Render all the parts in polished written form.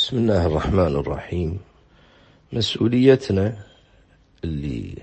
بسم الله الرحمن الرحيم. مسؤوليتنا اللي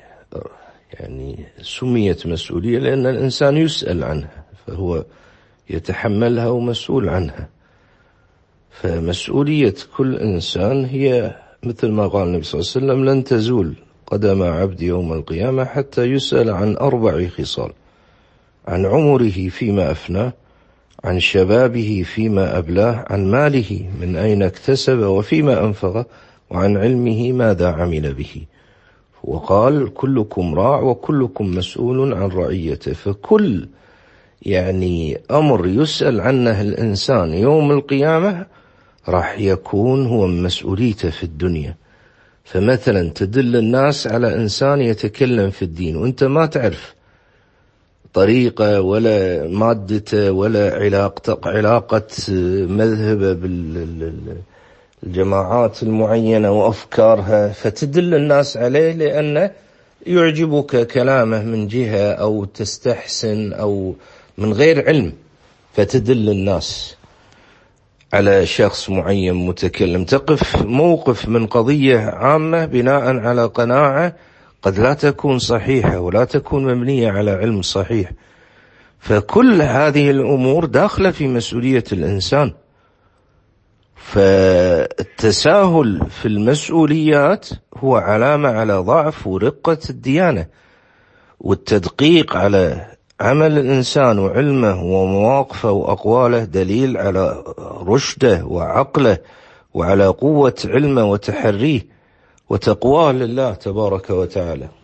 سميت مسؤولية لأن الإنسان يسأل عنها، فهو يتحملها ومسؤول عنها. فمسؤولية كل إنسان هي مثل ما قال النبي صلى الله عليه وسلم: لن تزول قدم عبد يوم القيامة حتى يسأل عن 4 خصال: عن عمره فيما أفناه، عن شبابه فيما أبلاه، عن ماله من أين اكتسب وفيما أنفقه، وعن علمه ماذا عمل به. وقال: كلكم راع وكلكم مسؤول عن رعيته. فكل أمر يسأل عنه الإنسان يوم القيامة راح يكون هو مسؤوليته في الدنيا. فمثلا تدل الناس على إنسان يتكلم في الدين وأنت ما تعرف طريقة ولا مادته ولا علاقة مذهبه بالجماعات المعينة وأفكارها، فتدل الناس عليه لأنه يعجبك كلامه من جهة أو تستحسن أو من غير علم، فتدل الناس على شخص معين متكلم. تقف موقف من قضية عامة بناء على قناعة قد لا تكون صحيحة ولا تكون مبنية على علم صحيح. فكل هذه الأمور داخلة في مسؤولية الإنسان. فالتساهل في المسؤوليات هو علامة على ضعف ورقة الديانة، والتدقيق على عمل الإنسان وعلمه ومواقفه وأقواله دليل على رشده وعقله وعلى قوة علمه وتحريه وتقواه لله تبارك وتعالى.